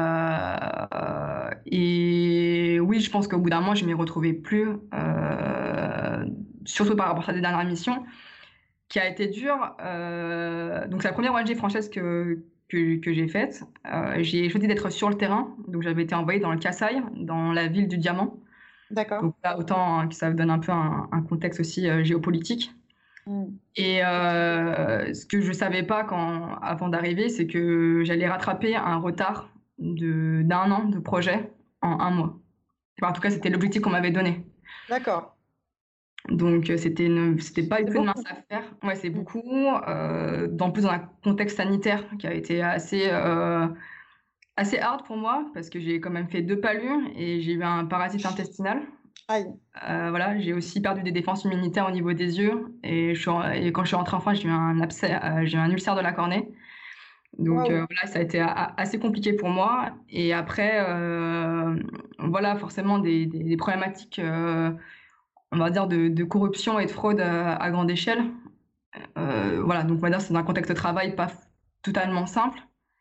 oui, je pense qu'au bout d'un moment, je ne m'y retrouvais plus, surtout par rapport à cette dernière mission, qui a été dure. Donc, c'est la première ONG française que j'ai faite. J'ai choisi d'être sur le terrain. Donc, j'avais été envoyée dans le Kasaï, dans la ville du Diamant. D'accord. Donc, là, autant que ça donne un peu un contexte aussi géopolitique. Et ce que je ne savais pas avant d'arriver, c'est que j'allais rattraper un retard d'un an de projet en un mois. Enfin, en tout cas, c'était l'objectif qu'on m'avait donné. D'accord. Donc, c'était pas du tout une mince affaire. Ouais, c'est beaucoup. En plus, dans un contexte sanitaire qui a été assez hard pour moi, parce que j'ai quand même fait 2 palus et j'ai eu un parasite intestinal. Aïe. Voilà, j'ai aussi perdu des défenses immunitaires au niveau des yeux et quand je suis rentrée en France, j'ai eu un abcès, j'ai eu un ulcère de la cornée. Donc voilà, ça a été assez compliqué pour moi. Et après, voilà, forcément des problématiques, on va dire, de corruption et de fraude à grande échelle. Voilà, donc on va dire que c'est dans un contexte de travail pas totalement simple.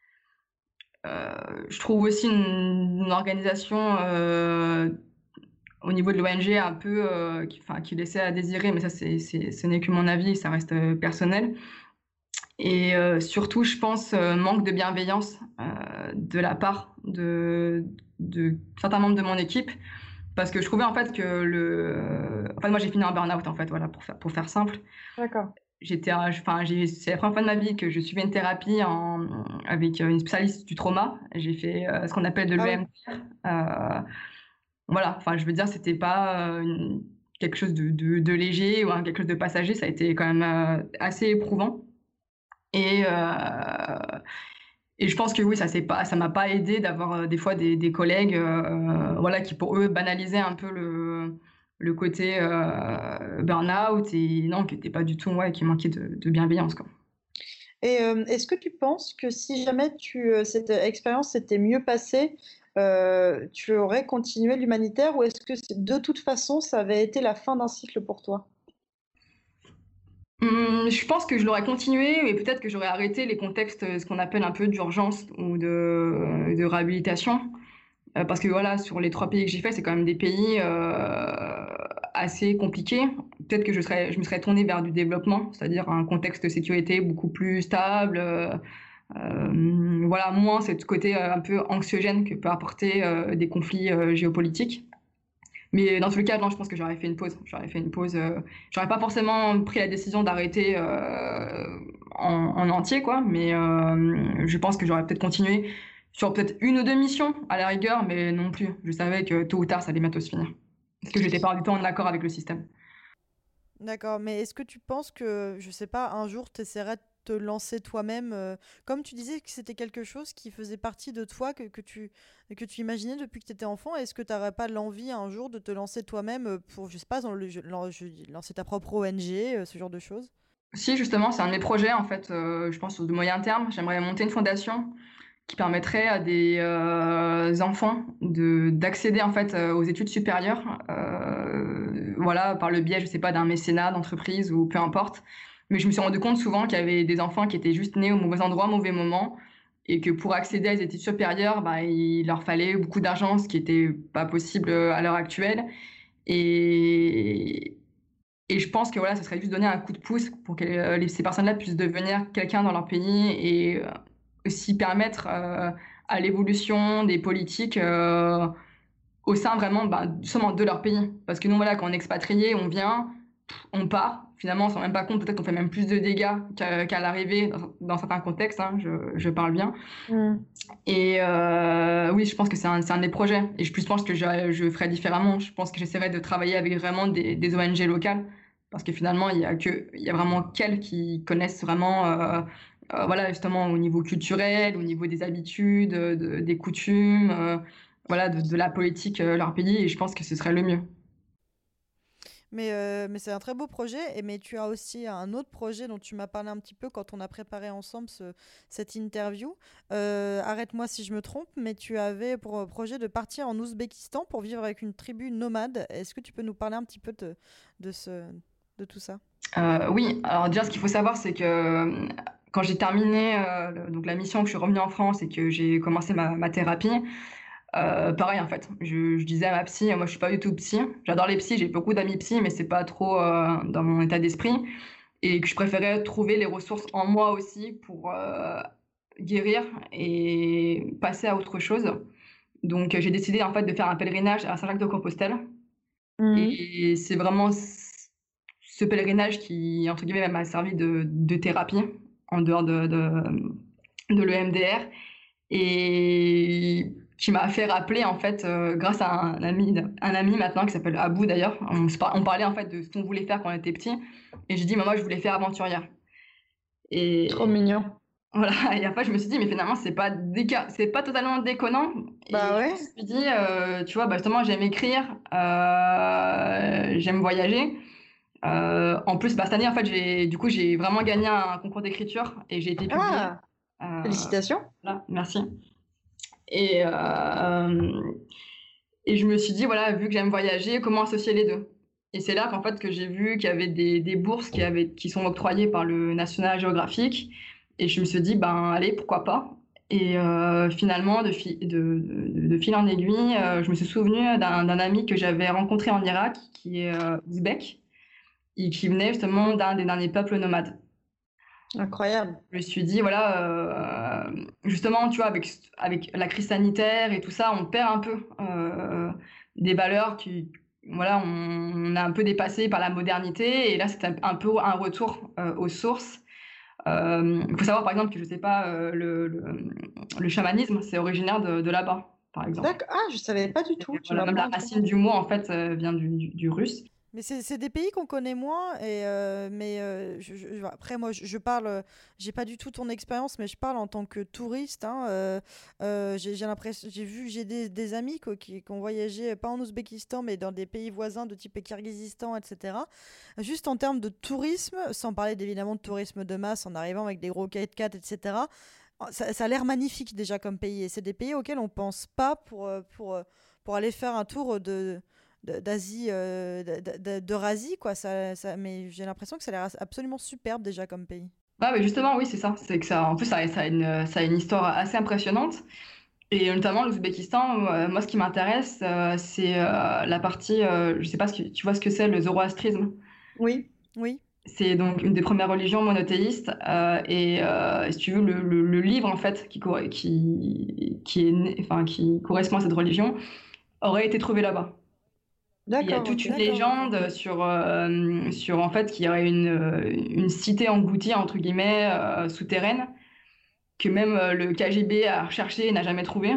Je trouve aussi une organisation au niveau de l'ONG un peu qui laissait à désirer, mais ça ce n'est que mon avis, ça reste personnel. Et surtout, je pense, manque de bienveillance de la part de certains membres de mon équipe, parce que je trouvais en fait que moi j'ai fini en burn-out en fait, voilà, pour faire simple. D'accord. C'est la première fois de ma vie que je suivais une thérapie avec une spécialiste du trauma. J'ai fait ce qu'on appelle de l'EMDR. Voilà, enfin, je veux dire, c'était pas quelque chose de léger ou quelque chose de passager, ça a été quand même assez éprouvant. Et je pense que oui, ça m'a pas aidé d'avoir des fois des collègues voilà, qui pour eux banalisaient un peu le côté burn-out et non, qui n'était pas du tout, qui manquait de bienveillance, quoi. Et est-ce que tu penses que si jamais cette expérience s'était mieux passée, tu aurais continué l'humanitaire ou est-ce que de toute façon, ça avait été la fin d'un cycle pour toi? Je pense que je l'aurais continué et peut-être que j'aurais arrêté les contextes, ce qu'on appelle un peu d'urgence ou de réhabilitation. Parce que voilà, sur les 3 pays que j'ai fait, c'est quand même des pays assez compliqués. Peut-être que je me serais tournée vers du développement, c'est-à-dire un contexte de sécurité beaucoup plus stable. Voilà, moins ce côté un peu anxiogène que peut apporter des conflits géopolitiques. Mais dans tous les cas, non, je pense que j'aurais fait une pause. J'aurais pas forcément pris la décision d'arrêter en entier, quoi. Mais je pense que j'aurais peut-être continué sur peut-être 1 ou 2 missions à la rigueur, mais non plus. Je savais que tôt ou tard, ça allait bientôt se finir. Parce que j'étais pas du tout en accord avec le système. D'accord, mais est-ce que tu penses que, je sais pas, un jour tu essaierais de te lancer toi-même, comme tu disais que c'était quelque chose qui faisait partie de toi, que tu imaginais depuis que tu étais enfant, est-ce que tu n'aurais pas l'envie un jour de te lancer toi-même pour, je sais pas, lancer ta propre ONG, ce genre de choses? Si, justement, c'est un de mes projets, en fait, je pense au moyen terme. J'aimerais monter une fondation qui permettrait à des enfants d'accéder en fait aux études supérieures, voilà, par le biais, je sais pas, d'un mécénat d'entreprise ou peu importe. Mais je me suis rendu compte souvent qu'il y avait des enfants qui étaient juste nés au mauvais endroit, au mauvais moment, et que pour accéder à des études supérieures, bah, il leur fallait beaucoup d'argent, ce qui était pas possible à l'heure actuelle. Et, et je pense que voilà, ce serait juste donner un coup de pouce pour que ces personnes-là puissent devenir quelqu'un dans leur pays et aussi permettre à l'évolution des politiques au sein vraiment seulement de leur pays. Parce que nous, voilà, quand on est expatrié, on vient, on part. Finalement, on ne se rend même pas compte, peut-être qu'on fait même plus de dégâts qu'à l'arrivée dans certains contextes, hein, je parle bien. Et oui, je pense que c'est un des projets. Et je pense que je ferais différemment. Je pense que j'essaierais de travailler avec vraiment des ONG locales. Parce que finalement, il y a vraiment qu'elles qui connaissent vraiment, voilà, justement, au niveau culturel, au niveau des habitudes, des coutumes, voilà, de la politique, leur pays. Et je pense que ce serait le mieux. Mais c'est un très beau projet, mais tu as aussi un autre projet dont tu m'as parlé un petit peu quand on a préparé ensemble cette interview. Arrête-moi si je me trompe, mais tu avais pour projet de partir en Ouzbékistan pour vivre avec une tribu nomade. Est-ce que tu peux nous parler un petit peu de tout ça? Oui, alors déjà, ce qu'il faut savoir, c'est que quand j'ai terminé donc la mission, que je suis revenue en France et que j'ai commencé ma thérapie, pareil en fait, je disais à ma psy, moi je suis pas du tout psy, j'adore les psys, j'ai beaucoup d'amis psy, mais c'est pas trop dans mon état d'esprit, et que je préférais trouver les ressources en moi aussi pour guérir et passer à autre chose. Donc j'ai décidé en fait de faire un pèlerinage à Saint-Jacques-de-Compostelle, et c'est vraiment ce pèlerinage qui, entre guillemets, m'a servi de thérapie en dehors de l'EMDR, et qui m'a fait rappeler, en fait, grâce à un ami maintenant qui s'appelle Abou d'ailleurs, on parlait en fait de ce qu'on voulait faire quand on était petit, et j'ai dit, moi je voulais faire aventurière. Et Trop mignon. voilà, et après je me suis dit, mais finalement c'est pas totalement déconnant. Bah Et ouais. je me suis dit, tu vois, justement j'aime écrire, j'aime voyager. En plus, cette année, en fait, j'ai vraiment gagné un concours d'écriture et j'ai été publiée. Ah, Euh, félicitations. voilà, merci. Et, et je me suis dit, voilà, vu que j'aime voyager, comment associer les deux? Et c'est là qu'en fait que j'ai vu qu'il y avait des bourses qui sont octroyées par le National Geographic. Et je me suis dit, ben allez, pourquoi pas? Et finalement, de fil en aiguille, je me suis souvenue d'un ami que j'avais rencontré en Irak, qui est ouzbek, et qui venait justement d'un des derniers peuples nomades. Incroyable. Je me suis dit, voilà, justement, tu vois, avec la crise sanitaire et tout ça, on perd un peu des valeurs voilà, on a un peu dépassé par la modernité, et là, c'est un peu un retour aux sources. Il faut savoir, par exemple, que je sais pas, le chamanisme, c'est originaire de là-bas, par exemple. D'accord. Ah, je savais pas du tout. Tu Voilà, même la m'apprends un truc. racine du mot, en fait, vient du russe. Mais c'est des pays qu'on connaît moins, mais après moi je parle, j'ai pas du tout ton expérience, mais je parle en tant que touriste, hein, j'ai l'impression, j'ai des amis qui ont voyagé, pas en Ouzbékistan, mais dans des pays voisins de type Kirghizistan, etc. Juste en termes de tourisme, sans parler évidemment de tourisme de masse en arrivant avec des gros 4x4, etc. Ça a l'air magnifique déjà comme pays, et c'est des pays auxquels on pense pas pour aller faire un tour d'Asie, d'Eurasie, quoi. Mais j'ai l'impression que ça a l'air absolument superbe déjà comme pays. Ah, mais justement, oui, c'est ça. C'est que ça, en plus, ça a une histoire assez impressionnante. Et notamment l'Ouzbékistan, moi, ce qui m'intéresse, c'est la partie, je sais pas tu vois ce que c'est, le zoroastrisme. Oui. Oui. C'est donc une des premières religions monothéistes. Et si tu veux, le livre, en fait, qui correspond à cette religion, aurait été trouvé là-bas. Il y a D'accord, toute ok. une légende sur en fait qu'il y aurait une cité engloutie, entre guillemets, souterraine, que même le KGB a recherché et n'a jamais trouvé.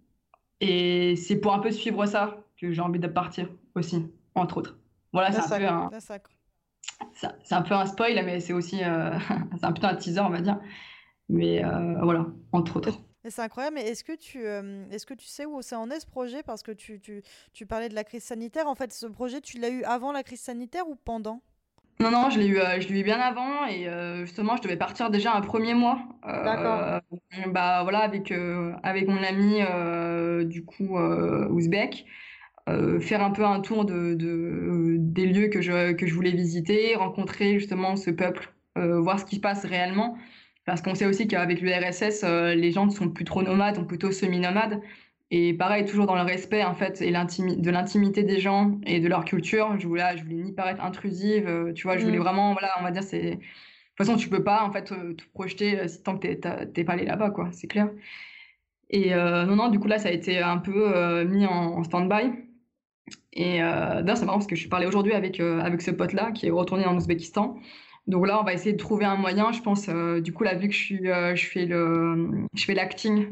Et c'est pour un peu suivre ça que j'ai envie de partir aussi, entre autres. Voilà, D'accord. c'est un peu un spoil, mais c'est aussi c'est un peu un teaser, on va dire. Mais voilà, entre autres. Et c'est incroyable, mais est-ce que tu sais où ça en est ce projet? Parce que tu parlais de la crise sanitaire. En fait, ce projet, tu l'as eu avant la crise sanitaire ou pendant? Non, non, je l'ai eu bien avant et justement, je devais partir déjà un premier mois. D'accord. Bah voilà, avec mon ami du coup ouzbek, faire un peu un tour des lieux que je voulais visiter, rencontrer justement ce peuple, voir ce qui se passe réellement. Parce qu'on sait aussi qu'avec l'URSS, les gens ne sont plus trop nomades, sont plutôt semi-nomades. Et pareil, toujours dans le respect en fait et de l'intimité des gens et de leur culture. Je voulais ni paraître intrusive, tu vois. Je voulais Mm. vraiment, voilà, on va dire, c'est. De toute façon, tu peux pas en fait te projeter tant que t'es pas allé là-bas, quoi. C'est clair. Et non, non, du coup là, ça a été un peu mis en stand-by. Et d'ailleurs, c'est marrant parce que je parlais aujourd'hui avec ce pote-là qui est retourné en Ouzbékistan. Donc là, on va essayer de trouver un moyen, je pense. Du coup, là, vu que je fais l'acting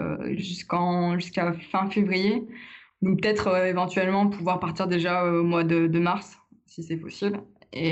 jusqu'à fin février, donc peut-être éventuellement pouvoir partir déjà au mois de mars, si c'est possible.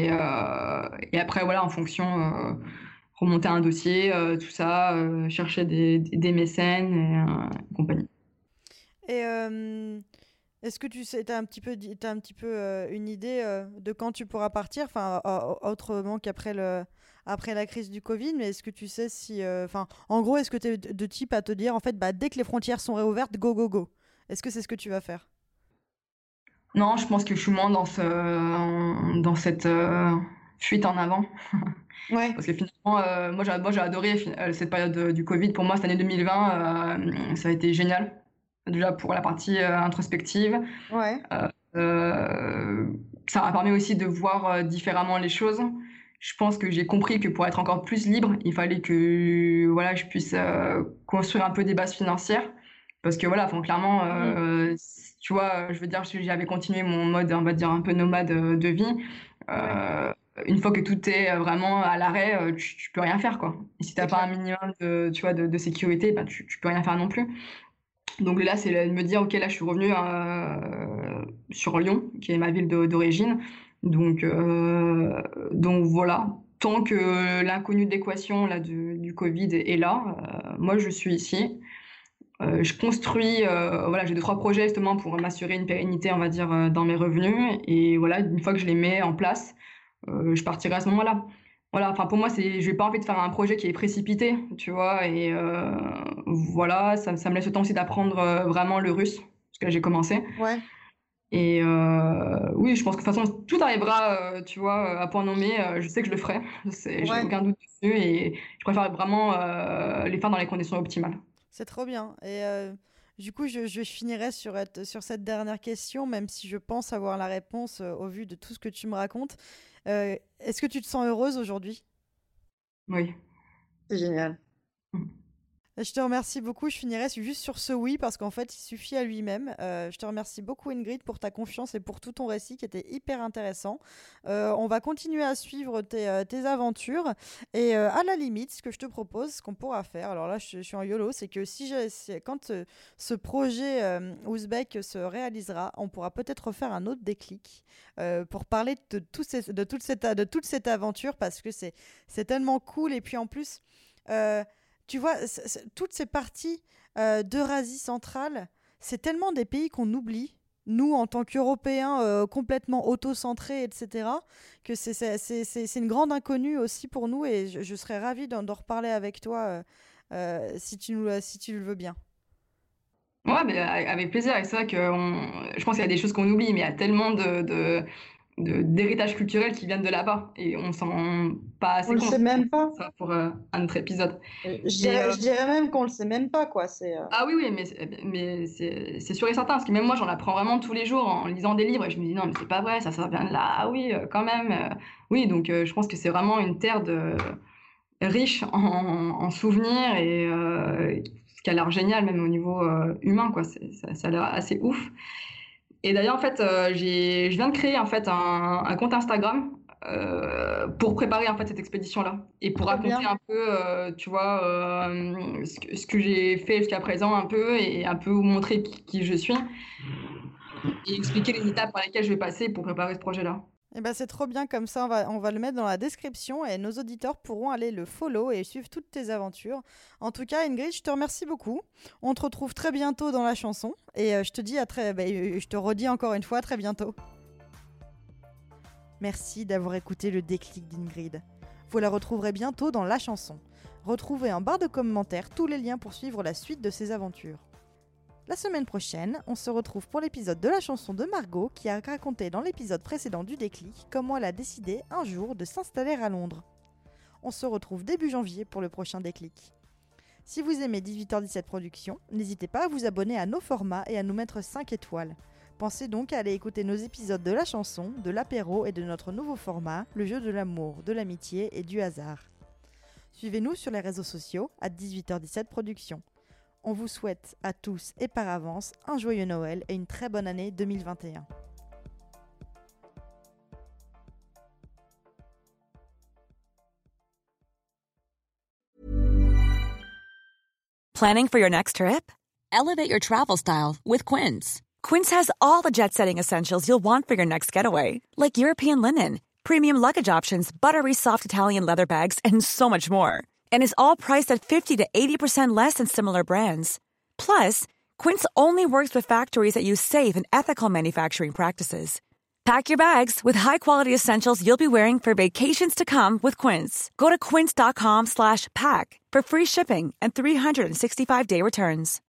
Et après, voilà, en fonction, remonter un dossier, tout ça, chercher des mécènes et compagnie. Et est-ce que tu sais, t'as un petit peu une idée de quand tu pourras partir, enfin, autrement après la crise du Covid, mais est-ce que tu sais si, enfin, en gros, est-ce que tu es de type à te dire, en fait, bah, dès que les frontières sont réouvertes, go, go, go. Est-ce que c'est ce que tu vas faire? Non, je pense que je suis moins dans cette fuite en avant. Ouais. Parce que finalement, moi, j'ai adoré cette période du Covid. Pour moi, cette année 2020, ça a été génial. Déjà pour la partie introspective. Ouais. Euh, Ça m'a permis aussi de voir différemment les choses. Je pense que j'ai compris que pour être encore plus libre, il fallait que voilà, je puisse construire un peu des bases financières. Parce que voilà, enfin, clairement, Mm. tu vois, je veux dire, j'avais continué mon mode, on va dire, un peu nomade de vie. Ouais. Euh, une fois que tout est vraiment à l'arrêt, tu peux rien faire, quoi. Et si C'est t'as pas un clair. minimum tu vois, de sécurité, ben, tu peux rien faire non plus. Donc là, c'est de me dire, ok, là, je suis revenue sur Lyon, qui est ma ville d'origine. Donc voilà, tant que l'inconnu de l'équation là, du Covid est là, moi, je suis ici. Je construis, voilà, j'ai deux, trois projets justement pour m'assurer une pérennité, on va dire, dans mes revenus. Et voilà, une fois que je les mets en place, je partirai à ce moment-là. Voilà, enfin pour moi, je n'ai pas envie de faire un projet qui est précipité, tu vois. Et voilà, ça me laisse le temps aussi d'apprendre vraiment le russe, parce que là j'ai commencé. Ouais. Et oui, je pense que de toute façon, tout arrivera, tu vois, à point nommé. Je sais que je le ferai, j'ai Ouais. aucun doute dessus. Et je préfère vraiment les faire dans les conditions optimales. C'est trop bien. Et du coup, je finirai sur cette dernière question, même si je pense avoir la réponse au vu de tout ce que tu me racontes. Est-ce que tu te sens heureuse aujourd'hui? Oui. C'est génial. Je te remercie beaucoup. Je finirai juste sur ce oui parce qu'en fait, il suffit à lui-même. Je te remercie beaucoup, Ingrid, pour ta confiance et pour tout ton récit qui était hyper intéressant. On va continuer à suivre tes aventures. Et à la limite, ce que je te propose, ce qu'on pourra faire, alors là, je suis en YOLO, c'est que quand ce projet ouzbek se réalisera, on pourra peut-être refaire un autre déclic pour parler de toute cette aventure parce que c'est tellement cool. Et puis en plus. Tu vois, toutes ces parties d'Eurasie centrale, c'est tellement des pays qu'on oublie, nous, en tant qu'Européens complètement auto-centrés, etc., que c'est une grande inconnue aussi pour nous et je serais ravie d'en reparler avec toi si tu le veux bien. Ouais, mais avec plaisir. Et c'est vrai que je pense qu'il y a des choses qu'on oublie, mais il y a tellement d'héritage culturel qui viennent de là-bas et on s'en rend pas On assez le sait compte. même pas. Ça pour un autre épisode. Je Mais dirais, je dirais même qu'on le sait même pas, quoi. ah oui, oui, mais c'est sûr et certain, parce que même moi, j'en apprends vraiment tous les jours en lisant des livres et je me dis non, mais c'est pas vrai, ça vient de là. Ah oui, quand même. Oui, donc je pense que c'est vraiment une terre riche en souvenirs et ce qui a l'air génial, même au niveau humain, quoi. Ça a l'air assez ouf. Et d'ailleurs, en fait, je viens de créer en fait un compte Instagram pour préparer en fait cette expédition-là et pour raconter un peu, tu vois, ce que j'ai fait jusqu'à présent un peu et un peu montrer qui je suis et expliquer les étapes par lesquelles je vais passer pour préparer ce projet-là. Eh ben, c'est trop bien, comme ça on va le mettre dans la description et nos auditeurs pourront aller le follow et suivre toutes tes aventures. En tout cas, Ingrid, je te remercie beaucoup. On te retrouve très bientôt dans la chanson et je te redis encore une fois à très bientôt. Merci d'avoir écouté le déclic d'Ingrid. Vous la retrouverez bientôt dans la chanson. Retrouvez en barre de commentaires tous les liens pour suivre la suite de ses aventures. La semaine prochaine, on se retrouve pour l'épisode de la chanson de Margot qui a raconté dans l'épisode précédent du déclic comment elle a décidé un jour de s'installer à Londres. On se retrouve début janvier pour le prochain déclic. Si vous aimez 18h17 Productions, n'hésitez pas à vous abonner à nos formats et à nous mettre 5 étoiles. Pensez donc à aller écouter nos épisodes de la chanson, de l'apéro et de notre nouveau format, le jeu de l'amour, de l'amitié et du hasard. Suivez-nous sur les réseaux sociaux à 18h17 Productions. On vous souhaite à tous et par avance un joyeux Noël et une très bonne année 2021. Planning for your next trip? Elevate your travel style with Quince. Quince has all the jet-setting essentials you'll want for your next getaway, like European linen, premium luggage options, buttery soft Italian leather bags, and so much more. And is all priced at 50 to 80% less than similar brands. Plus, Quince only works with factories that use safe and ethical manufacturing practices. Pack your bags with high-quality essentials you'll be wearing for vacations to come with Quince. Go to quince.com/pack for free shipping and 365-day returns.